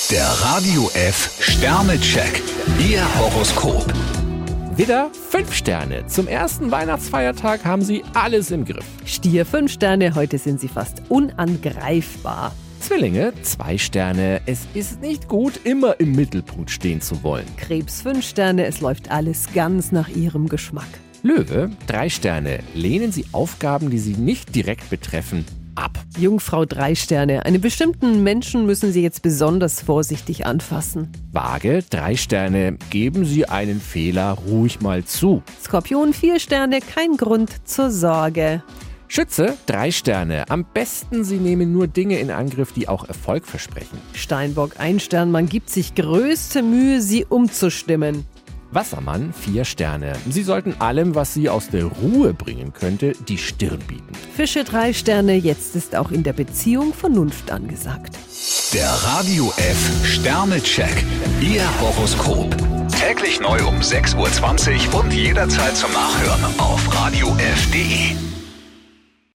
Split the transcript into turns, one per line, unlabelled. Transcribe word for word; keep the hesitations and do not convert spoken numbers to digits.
Der Radio F Sternecheck. Ihr Horoskop.
Widder, fünf Sterne. Zum ersten Weihnachtsfeiertag haben Sie alles im Griff.
Stier, fünf Sterne, heute sind Sie fast unangreifbar.
Zwillinge, zwei Sterne. Es ist nicht gut, immer im Mittelpunkt stehen zu wollen.
Krebs, fünf Sterne, es läuft alles ganz nach Ihrem Geschmack.
Löwe, drei Sterne. Lehnen Sie Aufgaben, die Sie nicht direkt betreffen, ab.
Jungfrau, drei Sterne, einen bestimmten Menschen müssen Sie jetzt besonders vorsichtig anfassen.
Waage, drei Sterne. Geben Sie einen Fehler ruhig mal zu.
Skorpion, vier Sterne, kein Grund zur Sorge.
Schütze, drei Sterne. Am besten, Sie nehmen nur Dinge in Angriff, die auch Erfolg versprechen.
Steinbock, ein Stern, man gibt sich größte Mühe, sie umzustimmen.
Wassermann, vier Sterne. Sie sollten allem, was Sie aus der Ruhe bringen könnte, die Stirn bieten.
Fische, drei Sterne, jetzt ist auch in der Beziehung Vernunft angesagt.
Der Radio F Sternecheck. Ihr Horoskop. Täglich neu um sechs Uhr zwanzig und jederzeit zum Nachhören auf radio f punkt de.